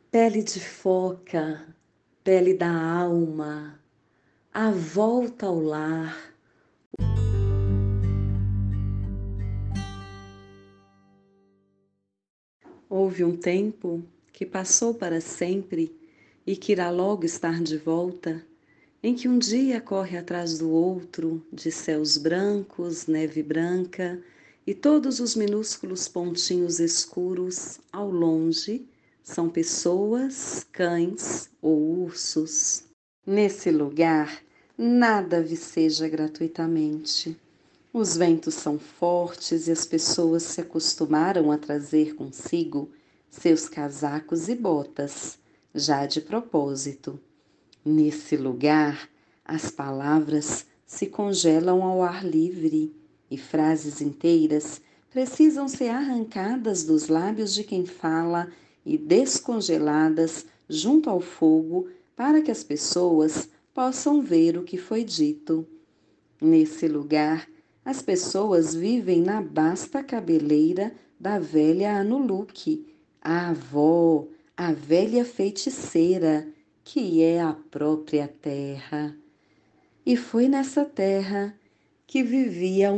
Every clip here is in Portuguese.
Pele de foca, pele da alma, a volta ao lar. Houve um tempo que passou para sempre e que irá logo estar de volta, em que um dia corre atrás do outro, de céus brancos, neve branca, e todos os minúsculos pontinhos escuros ao longe são pessoas, cães ou ursos. Nesse lugar, nada viceja gratuitamente. Os ventos são fortes e as pessoas se acostumaram a trazer consigo seus casacos e botas, já de propósito. Nesse lugar, as palavras se congelam ao ar livre e frases inteiras precisam ser arrancadas dos lábios de quem fala e descongeladas junto ao fogo para que as pessoas possam ver o que foi dito. Nesse lugar, as pessoas vivem na basta cabeleira da velha Anuluque, a avó, a velha feiticeira, que é a própria terra. E foi nessa terra que vivia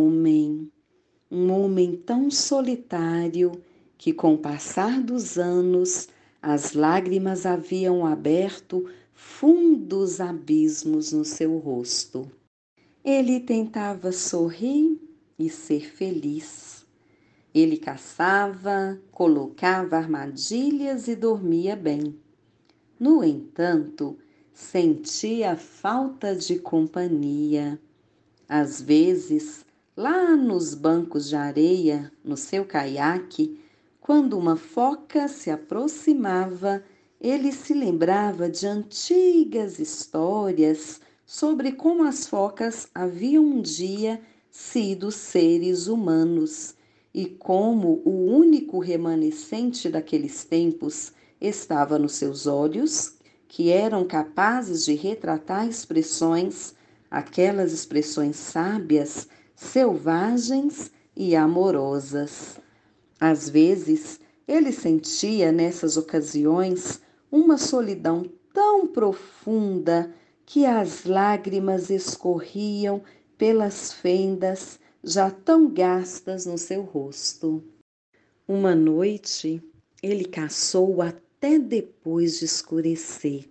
um homem tão solitário que, com o passar dos anos, as lágrimas haviam aberto fundos abismos no seu rosto. Ele tentava sorrir e ser feliz. Ele caçava, colocava armadilhas e dormia bem. No entanto, sentia falta de companhia. Às vezes, lá nos bancos de areia, no seu caiaque, quando uma foca se aproximava, ele se lembrava de antigas histórias sobre como as focas haviam um dia sido seres humanos e como o único remanescente daqueles tempos estava nos seus olhos, que eram capazes de retratar expressões, aquelas expressões sábias, selvagens e amorosas. Às vezes, ele sentia nessas ocasiões uma solidão tão profunda que as lágrimas escorriam pelas fendas já tão gastas no seu rosto. Uma noite, ele caçou até depois de escurecer,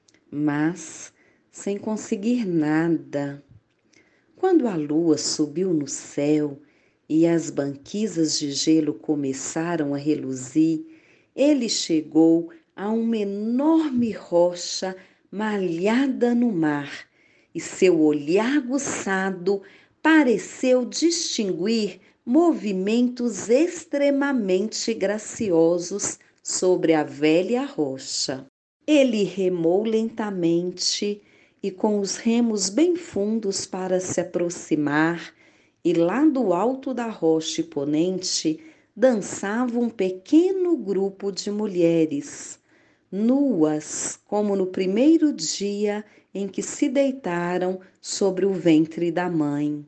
mas sem conseguir nada. Quando a lua subiu no céu e as banquisas de gelo começaram a reluzir, ele chegou a uma enorme rocha malhada no mar e seu olhar aguçado pareceu distinguir movimentos extremamente graciosos sobre a velha rocha. Ele remou lentamente e com os remos bem fundos para se aproximar, e lá do alto da rocha imponente dançava um pequeno grupo de mulheres, nuas como no primeiro dia em que se deitaram sobre o ventre da mãe.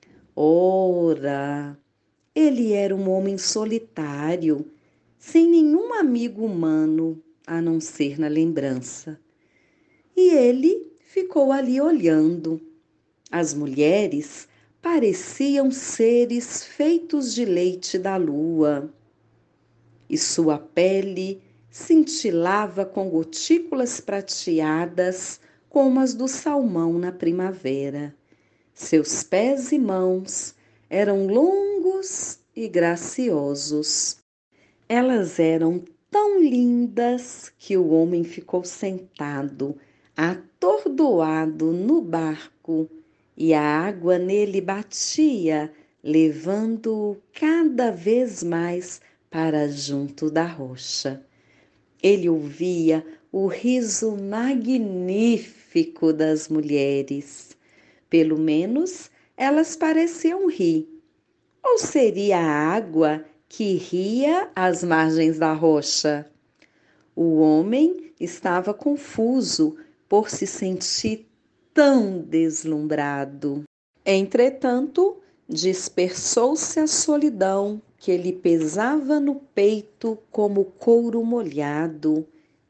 Ora, ele era um homem solitário, sem nenhum amigo humano, a não ser na lembrança. E ele ficou ali olhando. As mulheres pareciam seres feitos de leite da lua, e sua pele cintilava com gotículas prateadas como as do salmão na primavera. Seus pés e mãos eram longos e graciosos. Elas eram tão lindas que o homem ficou sentado, atordoado no barco, e a água nele batia, levando-o cada vez mais para junto da rocha. Ele ouvia o riso magnífico das mulheres. Pelo menos elas pareciam rir. Ou seria a água que ria às margens da rocha? O homem estava confuso por se sentir tão deslumbrado. Entretanto, dispersou-se a solidão que lhe pesava no peito como couro molhado,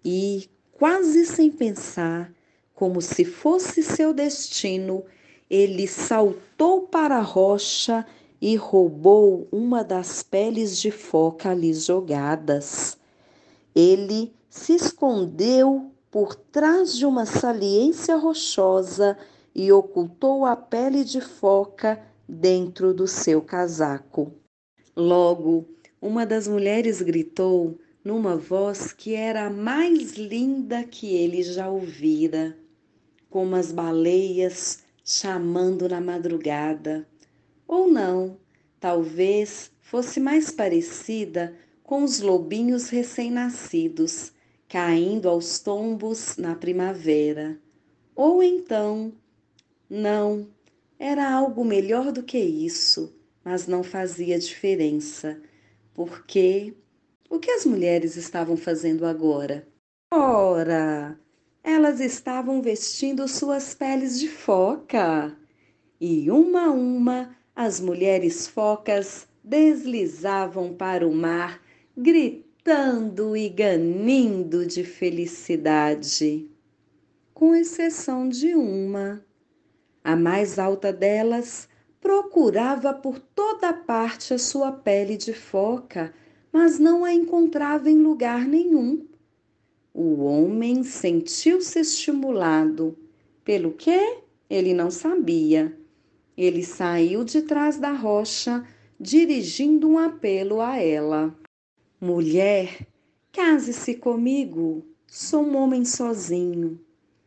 e, quase sem pensar, como se fosse seu destino, ele saltou para a rocha e roubou uma das peles de foca ali jogadas. Ele se escondeu por trás de uma saliência rochosa e ocultou a pele de foca dentro do seu casaco. Logo, uma das mulheres gritou numa voz que era a mais linda que ele já ouvira, como as baleias chamando na madrugada. Ou não, talvez fosse mais parecida com os lobinhos recém-nascidos, caindo aos tombos na primavera. Ou então, não, era algo melhor do que isso, mas não fazia diferença, porque o que as mulheres estavam fazendo agora? Ora, elas estavam vestindo suas peles de foca. E uma a uma, as mulheres focas deslizavam para o mar, gritando e ganindo de felicidade. Com exceção de uma. A mais alta delas procurava por toda parte a sua pele de foca, mas não a encontrava em lugar nenhum. O homem sentiu-se estimulado. Pelo quê? Ele não sabia. Ele saiu de trás da rocha, dirigindo um apelo a ela. Mulher, case-se comigo. Sou um homem sozinho.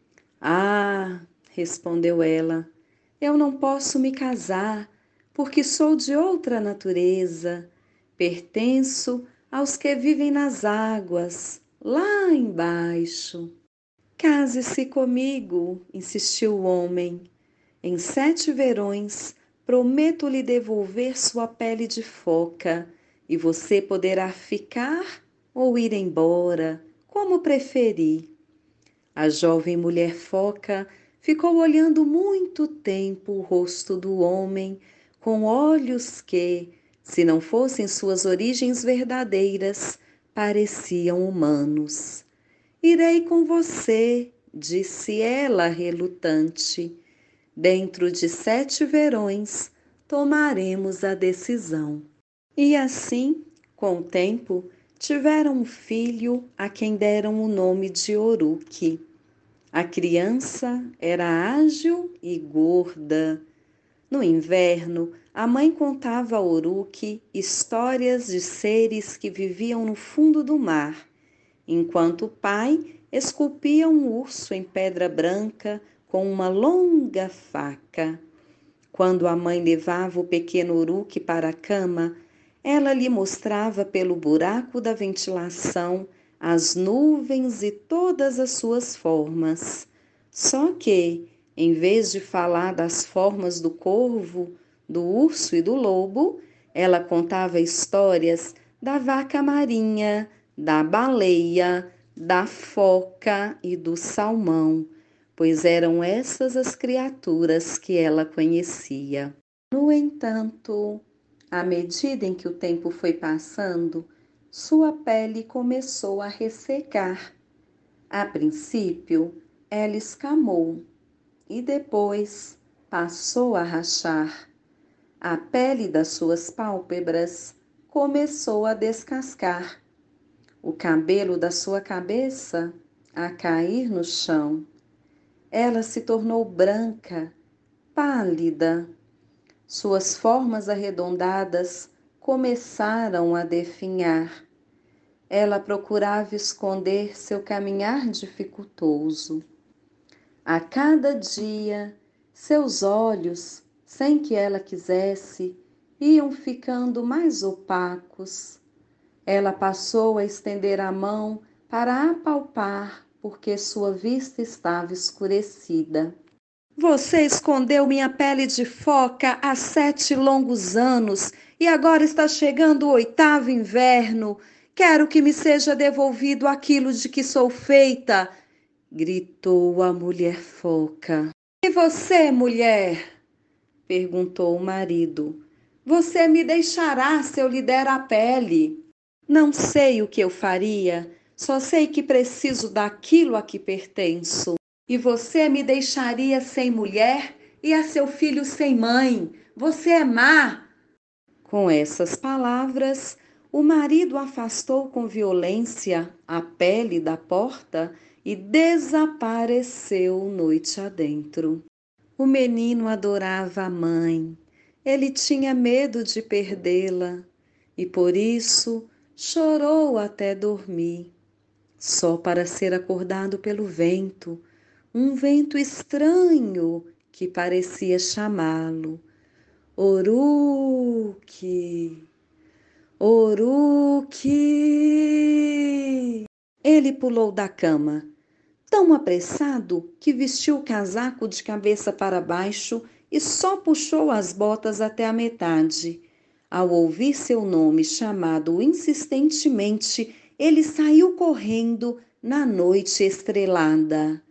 Ah, respondeu ela, eu não posso me casar, porque sou de outra natureza. Pertenço aos que vivem nas águas, lá embaixo. Case-se comigo, insistiu o homem. Em 7 verões, prometo lhe devolver sua pele de foca, e você poderá ficar ou ir embora, como preferir. A jovem mulher foca ficou olhando muito tempo o rosto do homem, com olhos que, se não fossem suas origens verdadeiras, pareciam humanos. Irei com você, disse ela relutante. Dentro de 7 verões, tomaremos a decisão. E assim, com o tempo, tiveram um filho a quem deram o nome de Oruque. A criança era ágil e gorda. No inverno, a mãe contava a Oruque histórias de seres que viviam no fundo do mar, enquanto o pai esculpia um urso em pedra branca com uma longa faca. Quando a mãe levava o pequeno Uruque para a cama, ela lhe mostrava pelo buraco da ventilação as nuvens e todas as suas formas. Só que, em vez de falar das formas do corvo, do urso e do lobo, ela contava histórias da vaca marinha, da baleia, da foca e do salmão, pois eram essas as criaturas que ela conhecia. No entanto, à medida em que o tempo foi passando, sua pele começou a ressecar. A princípio, ela escamou e depois passou a rachar. A pele das suas pálpebras começou a descascar. O cabelo da sua cabeça a cair no chão. Ela se tornou branca, pálida. Suas formas arredondadas começaram a definhar. Ela procurava esconder seu caminhar dificultoso. A cada dia, seus olhos, sem que ela quisesse, iam ficando mais opacos. Ela passou a estender a mão para apalpar, porque sua vista estava escurecida. Você escondeu minha pele de foca há 7 longos anos e agora está chegando o 8º inverno. Quero que me seja devolvido aquilo de que sou feita, gritou a mulher foca. E você, mulher? Perguntou o marido. Você me deixará se eu lhe der a pele? Não sei o que eu faria. Só sei que preciso daquilo a que pertenço. E você me deixaria sem mulher e a seu filho sem mãe. Você é má. Com essas palavras, o marido afastou com violência a pele da porta e desapareceu noite adentro. O menino adorava a mãe. Ele tinha medo de perdê-la e por isso chorou até dormir, só para ser acordado pelo vento, um vento estranho que parecia chamá-lo. Oruque, Oruque! Ele pulou da cama, tão apressado que vestiu o casaco de cabeça para baixo e só puxou as botas até a metade. Ao ouvir seu nome chamado insistentemente, ele saiu correndo na noite estrelada.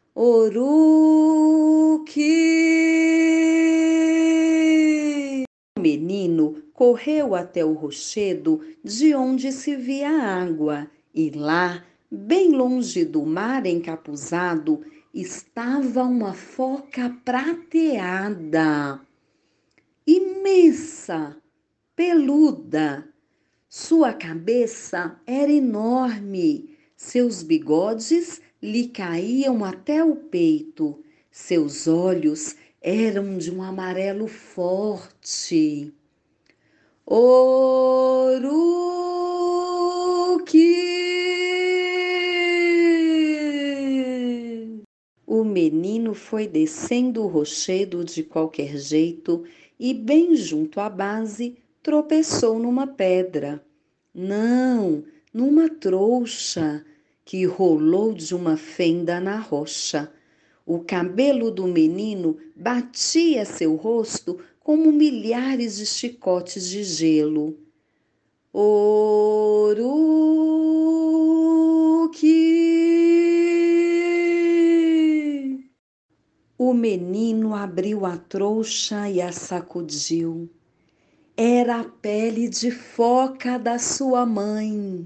Oruque! O menino correu até o rochedo de onde se via a água e lá, bem longe do mar encapuzado, estava uma foca prateada, imensa, peluda. Sua cabeça era enorme, seus bigodes lhe caíam até o peito, seus olhos eram de um amarelo forte. Oruque! O menino foi descendo o rochedo de qualquer jeito e, bem junto à base, tropeçou numa pedra. Não, numa trouxa que rolou de uma fenda na rocha. O cabelo do menino batia seu rosto como milhares de chicotes de gelo. Oruque! O menino abriu a trouxa e a sacudiu. Era a pele de foca da sua mãe.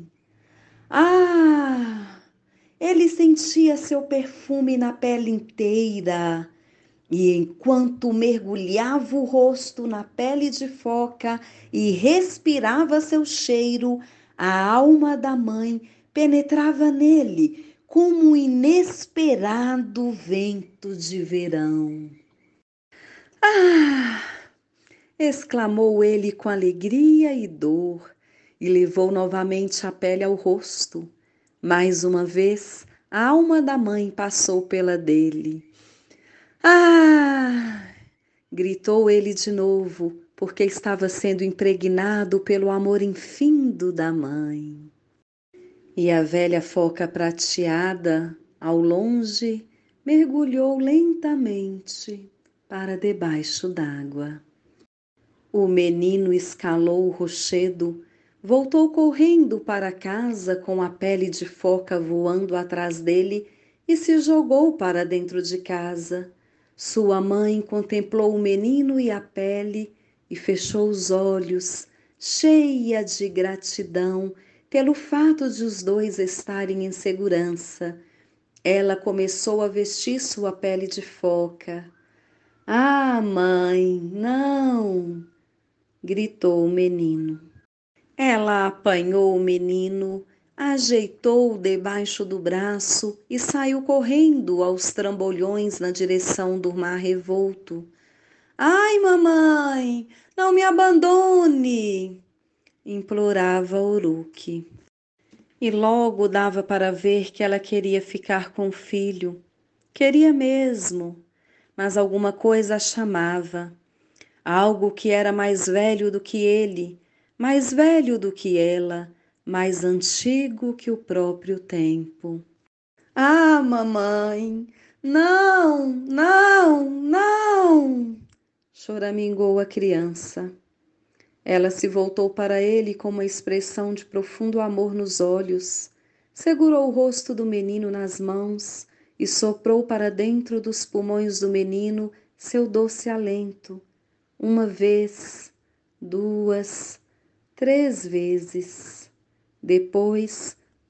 Ah! Ele sentia seu perfume na pele inteira. E enquanto mergulhava o rosto na pele de foca e respirava seu cheiro, a alma da mãe penetrava nele como um inesperado vento de verão. Ah! Exclamou ele com alegria e dor, e levou novamente a pele ao rosto. Mais uma vez, a alma da mãe passou pela dele. Ah! Gritou ele de novo, porque estava sendo impregnado pelo amor infindo da mãe. E a velha foca prateada, ao longe, mergulhou lentamente para debaixo d'água. O menino escalou o rochedo, voltou correndo para casa com a pele de foca voando atrás dele e se jogou para dentro de casa. Sua mãe contemplou o menino e a pele e fechou os olhos, cheia de gratidão pelo fato de os dois estarem em segurança. Ela começou a vestir sua pele de foca. Ah, mãe, não! Gritou o menino. Ela apanhou o menino, ajeitou-o debaixo do braço e saiu correndo aos trambolhões na direção do mar revolto. Ai, mamãe, não me abandone! Implorava Oruque. E logo dava para ver que ela queria ficar com o filho. Queria mesmo, mas alguma coisa a chamava. Algo que era mais velho do que ele, mais velho do que ela, mais antigo que o próprio tempo. Ah, mamãe, não, não, não! Choramingou a criança. Ela se voltou para ele com uma expressão de profundo amor nos olhos, segurou o rosto do menino nas mãos e soprou para dentro dos pulmões do menino seu doce alento. Uma vez, duas, três vezes. Depois,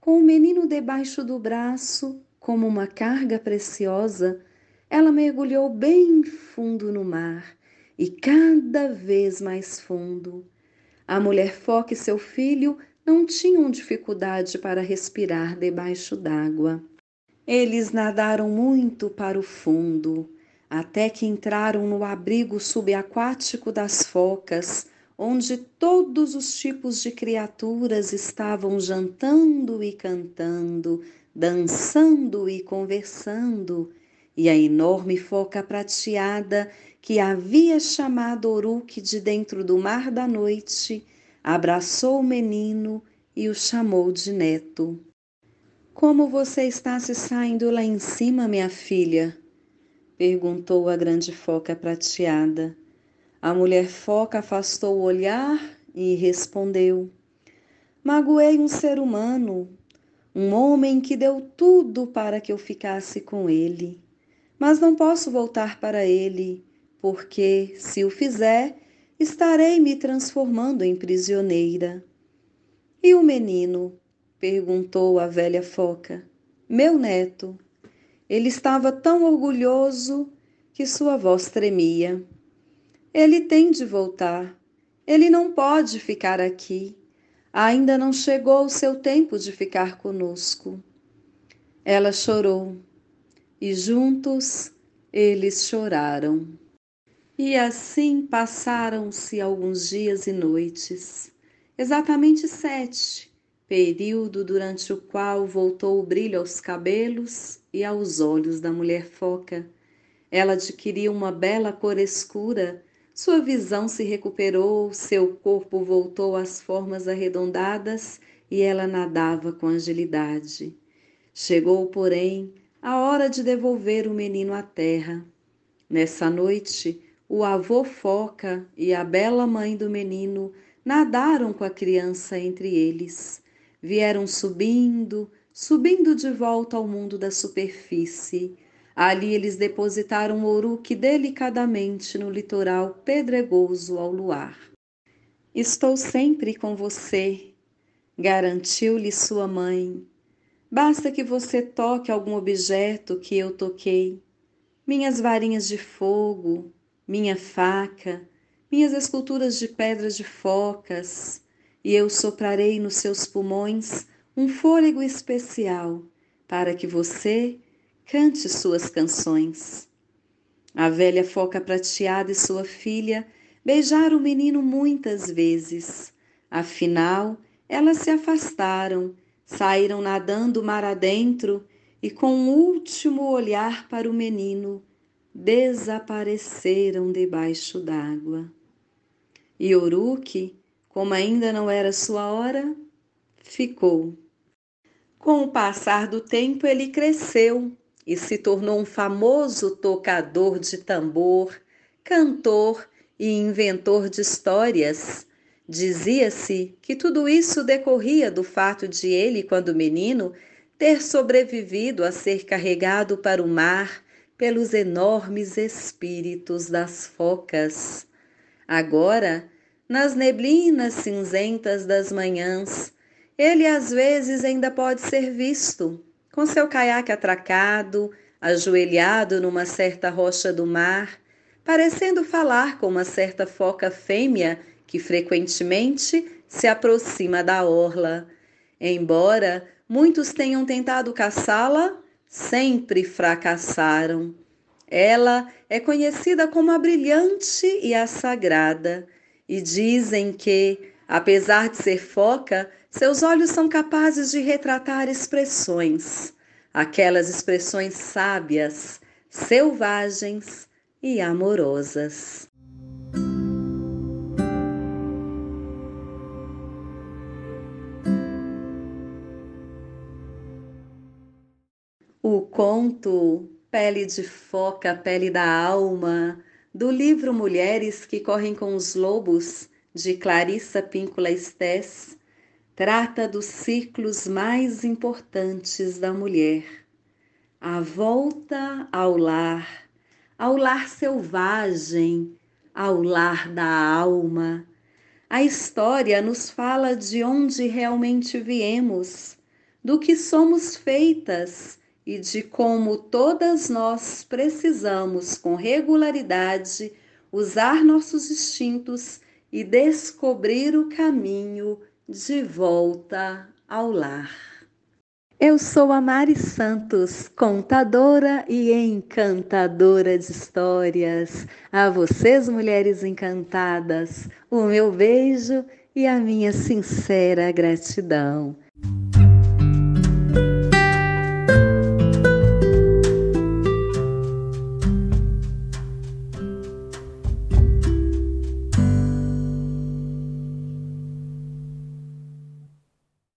Com o menino debaixo do braço, como uma carga preciosa, ela mergulhou bem fundo no mar, e cada vez mais fundo. A mulher foca e seu filho não tinham dificuldade para respirar debaixo d'água. Eles nadaram muito para o fundo, até que entraram no abrigo subaquático das focas, onde todos os tipos de criaturas estavam jantando e cantando, dançando e conversando, e a enorme foca prateada que havia chamado Oruque de dentro do mar da noite, abraçou o menino e o chamou de neto. Como você está se saindo lá em cima, minha filha? Perguntou a grande foca prateada. A mulher foca afastou o olhar e respondeu: Magoei um ser humano, um homem que deu tudo para que eu ficasse com ele. Mas não posso voltar para ele, porque, se o fizer, estarei me transformando em prisioneira. E o menino? Perguntou a velha foca. Meu neto. Ele estava tão orgulhoso que sua voz tremia. Ele tem de voltar. Ele não pode ficar aqui. Ainda não chegou o seu tempo de ficar conosco. Ela chorou e juntos eles choraram. E assim passaram-se alguns dias e noites, exatamente 7, período durante o qual voltou o brilho aos cabelos e aos olhos da mulher foca. Ela adquiriu uma bela cor escura, sua visão se recuperou, seu corpo voltou às formas arredondadas e ela nadava com agilidade. Chegou, porém, a hora de devolver o menino à terra. Nessa noite, o avô foca e a bela mãe do menino nadaram com a criança entre eles. Vieram subindo, subindo de volta ao mundo da superfície. Ali eles depositaram o Oruque delicadamente no litoral pedregoso ao luar. Estou sempre com você, garantiu-lhe sua mãe. Basta que você toque algum objeto que eu toquei. Minhas varinhas de fogo, minha faca, minhas esculturas de pedras de focas, e eu soprarei nos seus pulmões um fôlego especial para que você cante suas canções. A velha foca prateada e sua filha beijaram o menino muitas vezes. Afinal, elas se afastaram, saíram nadando mar adentro e, com um último olhar para o menino, desapareceram debaixo d'água. E Oruque, como ainda não era sua hora, ficou. Com o passar do tempo, ele cresceu e se tornou um famoso tocador de tambor, cantor e inventor de histórias. Dizia-se que tudo isso decorria do fato de ele, quando menino, ter sobrevivido a ser carregado para o mar pelos enormes espíritos das focas. Agora, nas neblinas cinzentas das manhãs, ele às vezes ainda pode ser visto, com seu caiaque atracado, ajoelhado numa certa rocha do mar, parecendo falar com uma certa foca fêmea que frequentemente se aproxima da orla. Embora muitos tenham tentado caçá-la, sempre fracassaram. Ela é conhecida como a brilhante e a sagrada, e dizem que, apesar de ser foca, seus olhos são capazes de retratar expressões, aquelas expressões sábias, selvagens e amorosas. O conto Pele de Foca, Pele da Alma, do livro Mulheres que Correm com os Lobos, de Clarissa Píncola Estés, trata dos ciclos mais importantes da mulher. A volta ao lar selvagem, ao lar da alma. A história nos fala de onde realmente viemos, do que somos feitas e de como todas nós precisamos, com regularidade, usar nossos instintos e descobrir o caminho de volta ao lar. Eu sou a Mari Santos, contadora e encantadora de histórias. A vocês, mulheres encantadas, o meu beijo e a minha sincera gratidão.